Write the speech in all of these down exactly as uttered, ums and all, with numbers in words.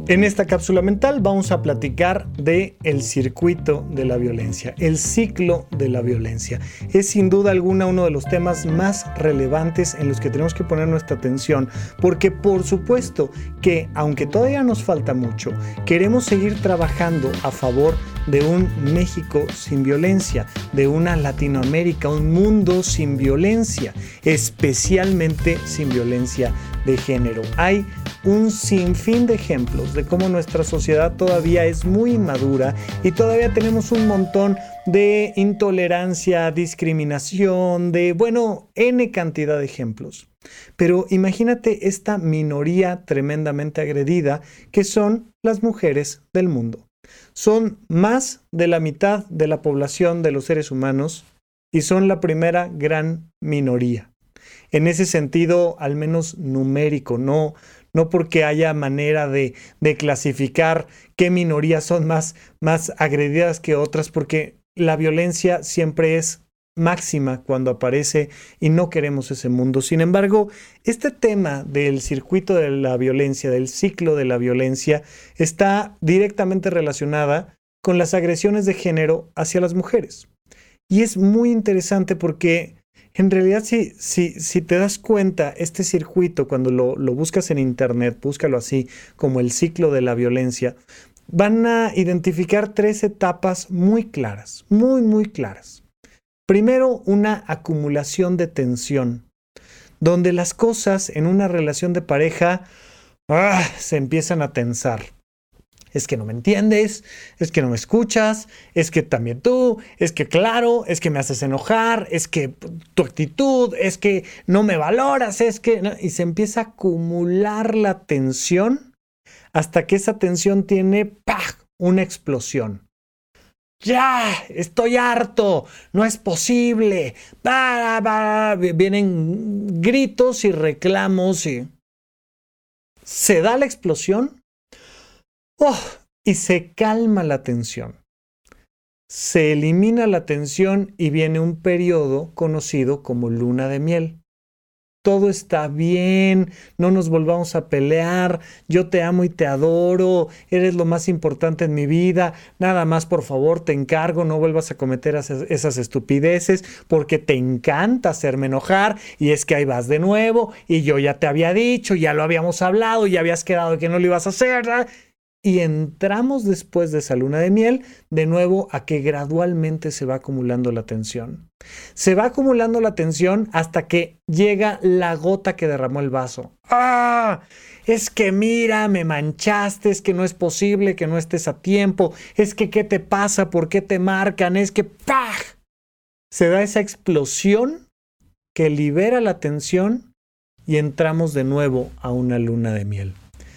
En esta cápsula mental vamos a platicar de el circuito de la violencia, el ciclo de la violencia. Es sin duda alguna uno de los temas más relevantes en los que tenemos que poner nuestra atención, porque por supuesto que aunque todavía nos falta mucho, queremos seguir trabajando a favor de un México sin violencia, de una Latinoamérica, un mundo sin violencia, especialmente sin violencia de género. Hay un sinfín de ejemplos de cómo nuestra sociedad todavía es muy inmadura y todavía tenemos un montón de intolerancia, discriminación, de, bueno, N cantidad de ejemplos. Pero imagínate esta minoría tremendamente agredida que son las mujeres del mundo. Son más de la mitad de la población de los seres humanos y son la primera gran minoría. En ese sentido, al menos numérico, no, no porque haya manera de, de clasificar qué minorías son más, más agredidas que otras, porque la violencia siempre es máxima cuando aparece y no queremos ese mundo. Sin embargo, este tema del circuito de la violencia, del ciclo de la violencia, está directamente relacionada con las agresiones de género hacia las mujeres. Y es muy interesante porque en realidad si, si, si te das cuenta, este circuito, cuando lo, lo buscas en internet, búscalo así como el ciclo de la violencia, van a identificar tres etapas muy claras, muy, muy claras. Primero, una acumulación de tensión, donde las cosas en una relación de pareja ah, se empiezan a tensar. Es que no me entiendes, es que no me escuchas, es que también tú, es que claro, es que me haces enojar, es que tu actitud, es que no me valoras, es que... ¿no? Y se empieza a acumular la tensión hasta que esa tensión tiene ¡pah!, una explosión. ¡Ya! ¡Estoy harto! ¡No es posible! ¡Bah, bah! Vienen gritos y reclamos y... Se da la explosión oh, y se calma la tensión. Se elimina la tensión y viene un periodo conocido como luna de miel. Todo está bien, no nos volvamos a pelear, yo te amo y te adoro, eres lo más importante en mi vida, nada más por favor te encargo, no vuelvas a cometer esas estupideces porque te encanta hacerme enojar y es que ahí vas de nuevo y yo ya te había dicho, ya lo habíamos hablado, ya habías quedado de que no lo ibas a hacer, ¿verdad? Y entramos después de esa luna de miel de nuevo a que gradualmente se va acumulando la tensión. Se va acumulando la tensión hasta que llega la gota que derramó el vaso. ¡Ah! Es que mira, me manchaste, es que no es posible que no estés a tiempo, es que ¿qué te pasa? ¿Por qué te marcan? Es que ¡pah! Se da esa explosión que libera la tensión y entramos de nuevo a una luna de miel.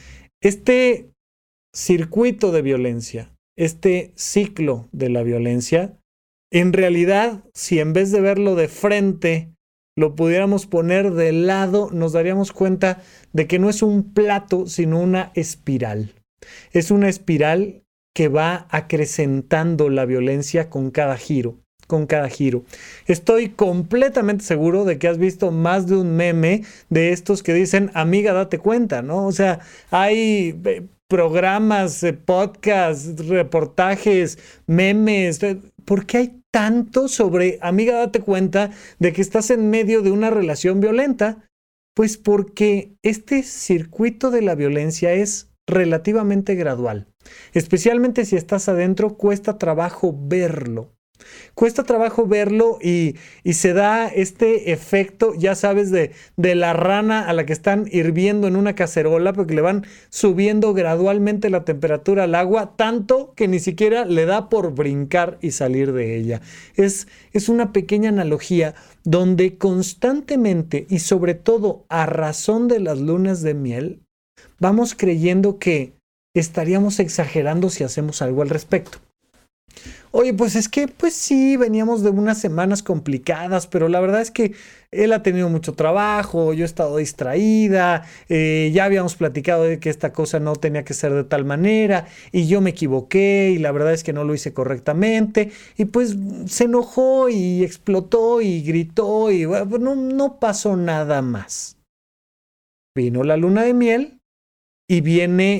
Este circuito de violencia, este ciclo de la violencia, en realidad, si en vez de verlo de frente, lo pudiéramos poner de lado, nos daríamos cuenta de que no es un plato, sino una espiral. Es una espiral que va acrecentando la violencia con cada giro, con cada giro. Estoy completamente seguro de que has visto más de un meme de estos que dicen, amiga, date cuenta, ¿no? O sea, hay programas, podcasts, reportajes, memes. ¿Por qué hay tanto sobre, amiga, date cuenta de que estás en medio de una relación violenta? Pues porque este circuito de la violencia es relativamente gradual. Especialmente si estás adentro, cuesta trabajo verlo. Cuesta trabajo verlo y, y se da este efecto, ya sabes, de, de la rana a la que están hirviendo en una cacerola porque le van subiendo gradualmente la temperatura al agua, tanto que ni siquiera le da por brincar y salir de ella. Es, es una pequeña analogía donde constantemente y sobre todo a razón de las lunas de miel, vamos creyendo que estaríamos exagerando si hacemos algo al respecto. Oye, pues es que, pues sí, veníamos de unas semanas complicadas, pero la verdad es que él ha tenido mucho trabajo, yo he estado distraída, eh, ya habíamos platicado de que esta cosa no tenía que ser de tal manera, y yo me equivoqué, y la verdad es que no lo hice correctamente, y pues se enojó y explotó y gritó, y bueno, no, no pasó nada más. Vino la luna de miel, y viene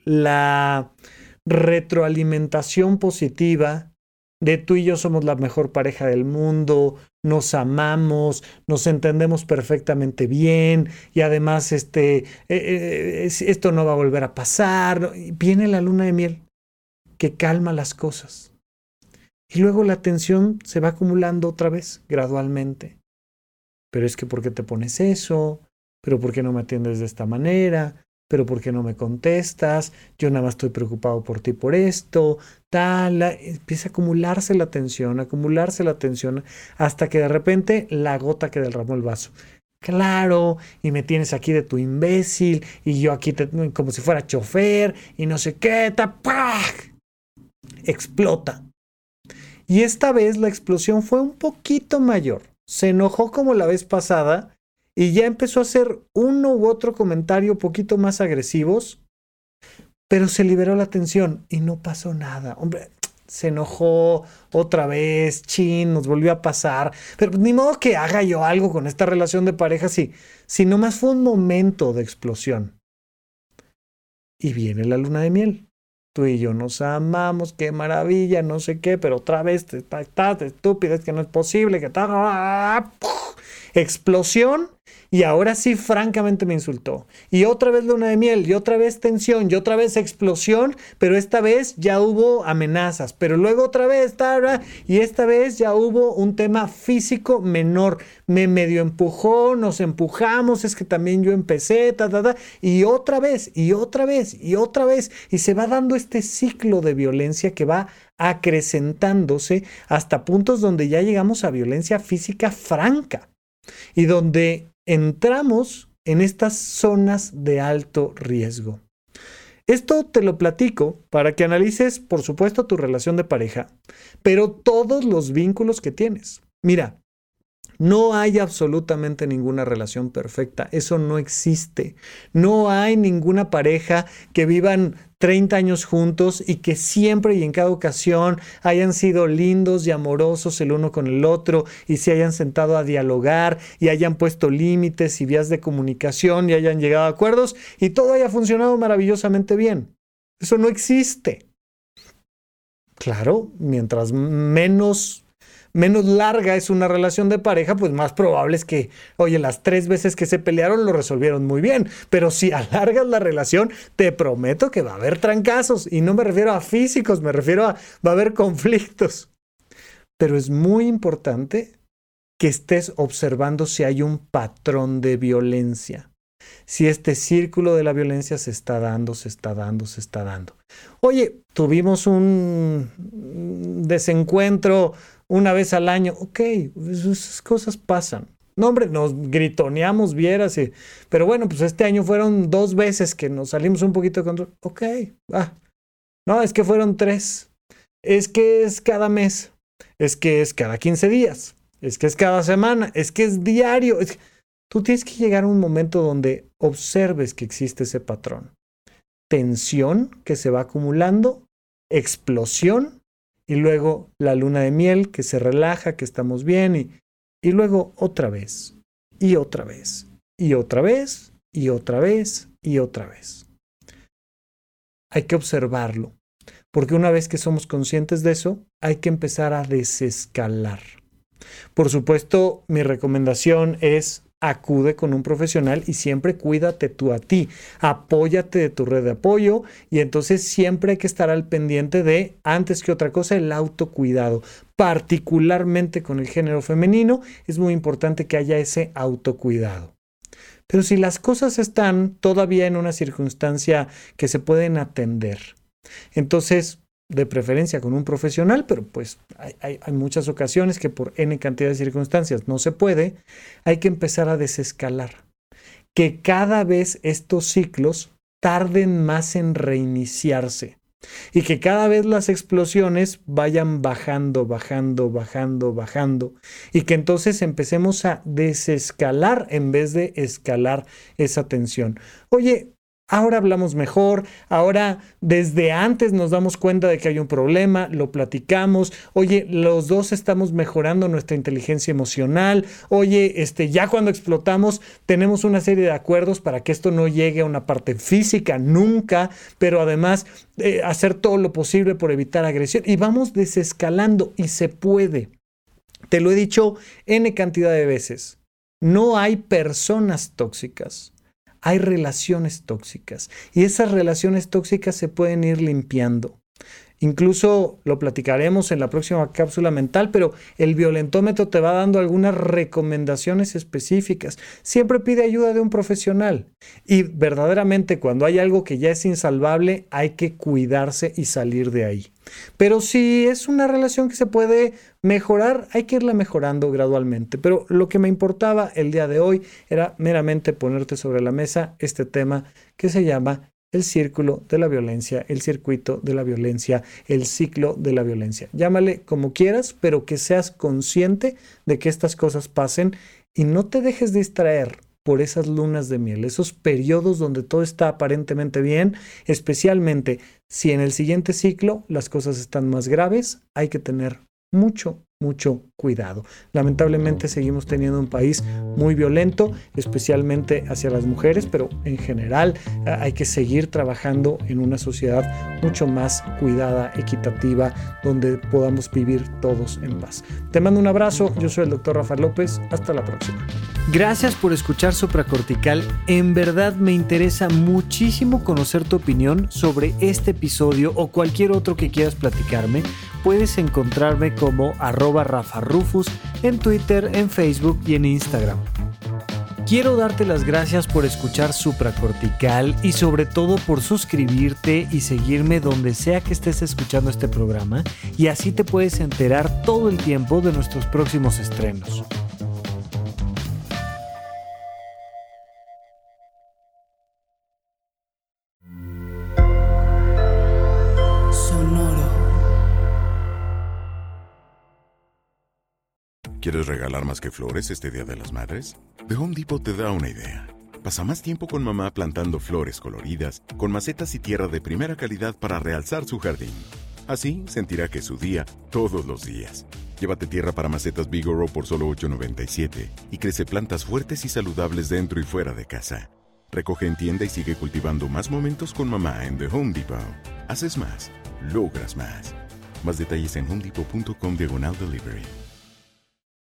la retroalimentación positiva de tú y yo somos la mejor pareja del mundo, nos amamos, nos entendemos perfectamente bien y además este, eh, eh, esto no va a volver a pasar. Viene la luna de miel que calma las cosas. Y luego la tensión se va acumulando otra vez, gradualmente. Pero es que ¿por qué te pones eso? ¿Pero por qué no me atiendes de esta manera? ¿Pero por qué no me contestas? Yo nada más estoy preocupado por ti por esto. Tal, la, empieza a acumularse la tensión, a acumularse la tensión, hasta que de repente la gota que derramó el vaso. Claro, y me tienes aquí de tu imbécil, y yo aquí te, como si fuera chofer, y no sé qué, ta, ¡pah! Explota. Y esta vez la explosión fue un poquito mayor. Se enojó como la vez pasada y ya empezó a hacer uno u otro comentario un poquito más agresivos, pero se liberó la tensión y no pasó nada. Hombre, se enojó otra vez, chin, nos volvió a pasar, pero ni modo que haga yo algo con esta relación de pareja si, si nomás fue un momento de explosión. Y viene la luna de miel. Tú y yo nos amamos, qué maravilla, no sé qué, pero otra vez estás estúpida, es que no es posible, que tal. Explosión, y ahora sí francamente me insultó. Y otra vez luna de miel, y otra vez tensión, y otra vez explosión, pero esta vez ya hubo amenazas, pero luego otra vez, tal, y esta vez ya hubo un tema físico menor. Me medio empujó, nos empujamos, es que también yo empecé, ta, ta, ta, y otra vez, y otra vez, y otra vez, y se va dando este ciclo de violencia que va acrecentándose hasta puntos donde ya llegamos a violencia física franca y donde entramos en estas zonas de alto riesgo. Esto te lo platico para que analices, por supuesto, tu relación de pareja, pero todos los vínculos que tienes. Mira, no hay absolutamente ninguna relación perfecta, eso no existe. No hay ninguna pareja que vivan treinta años juntos y que siempre y en cada ocasión hayan sido lindos y amorosos el uno con el otro y se hayan sentado a dialogar y hayan puesto límites y vías de comunicación y hayan llegado a acuerdos y todo haya funcionado maravillosamente bien. Eso no existe. Claro, mientras menos... menos larga es una relación de pareja, pues más probable es que, oye, las tres veces que se pelearon lo resolvieron muy bien. Pero si alargas la relación, te prometo que va a haber trancazos. Y no me refiero a físicos, me refiero a va a haber conflictos. Pero es muy importante que estés observando si hay un patrón de violencia. Si este círculo de la violencia se está dando, se está dando, se está dando. Oye, tuvimos un desencuentro una vez al año. Ok, esas cosas pasan. No, hombre, nos gritoneamos, vieras. Y, pero bueno, pues este año fueron dos veces que nos salimos un poquito de control. Ok, ah. No, es que fueron tres. Es que es cada mes. Es que es cada quince días. Es que es cada semana. Es que es diario. Es que... Tú tienes que llegar a un momento donde observes que existe ese patrón. Tensión que se va acumulando, explosión, y luego la luna de miel que se relaja, que estamos bien, y, y luego otra vez, y otra vez, y otra vez, y otra vez, y otra vez. Hay que observarlo, porque una vez que somos conscientes de eso, hay que empezar a desescalar. Por supuesto, mi recomendación es acude con un profesional y siempre cuídate tú a ti, apóyate de tu red de apoyo y entonces siempre hay que estar al pendiente de, antes que otra cosa, el autocuidado. Particularmente con el género femenino, es muy importante que haya ese autocuidado. Pero si las cosas están todavía en una circunstancia que se pueden atender, entonces de preferencia con un profesional, pero pues hay, hay, hay muchas ocasiones que por N cantidad de circunstancias no se puede, hay que empezar a desescalar. Que cada vez estos ciclos tarden más en reiniciarse y que cada vez las explosiones vayan bajando, bajando, bajando, bajando y que entonces empecemos a desescalar en vez de escalar esa tensión. Oye, Ahora hablamos mejor, ahora desde antes nos damos cuenta de que hay un problema, lo platicamos, oye, los dos estamos mejorando nuestra inteligencia emocional, oye, este, ya cuando explotamos tenemos una serie de acuerdos para que esto no llegue a una parte física nunca, pero además eh, hacer todo lo posible por evitar agresión y vamos desescalando y se puede. Te lo he dicho N cantidad de veces, no hay personas tóxicas. Hay relaciones tóxicas y esas relaciones tóxicas se pueden ir limpiando. Incluso lo platicaremos en la próxima cápsula mental, pero el violentómetro te va dando algunas recomendaciones específicas. Siempre pide ayuda de un profesional y verdaderamente cuando hay algo que ya es insalvable hay que cuidarse y salir de ahí. Pero si es una relación que se puede mejorar, hay que irla mejorando gradualmente. Pero lo que me importaba el día de hoy era meramente ponerte sobre la mesa este tema que se llama el círculo de la violencia, el circuito de la violencia, el ciclo de la violencia. Llámale como quieras, pero que seas consciente de que estas cosas pasen y no te dejes distraer por esas lunas de miel, esos periodos donde todo está aparentemente bien, especialmente si en el siguiente ciclo las cosas están más graves, hay que tener mucho, mucho cuidado. Lamentablemente seguimos teniendo un país muy violento, especialmente hacia las mujeres, pero en general hay que seguir trabajando en una sociedad mucho más cuidada, equitativa, donde podamos vivir todos en paz. Te mando un abrazo, yo soy el doctor Rafa López, hasta la próxima. Gracias por escuchar Supracortical, en verdad me interesa muchísimo conocer tu opinión sobre este episodio o cualquier otro que quieras platicarme. Puedes encontrarme como arroba Rafa Rufus en Twitter, en Facebook y en Instagram. Quiero darte las gracias por escuchar Supracortical y sobre todo por suscribirte y seguirme donde sea que estés escuchando este programa y así te puedes enterar todo el tiempo de nuestros próximos estrenos. ¿Quieres regalar más que flores este Día de las Madres? The Home Depot te da una idea. Pasa más tiempo con mamá plantando flores coloridas, con macetas y tierra de primera calidad para realzar su jardín. Así sentirá que es su día todos los días. Llévate tierra para macetas Bigoro por solo ocho noventa y siete y crece plantas fuertes y saludables dentro y fuera de casa. Recoge en tienda y sigue cultivando más momentos con mamá en The Home Depot. Haces más, logras más. Más detalles en homedepot punto com diagonal delivery.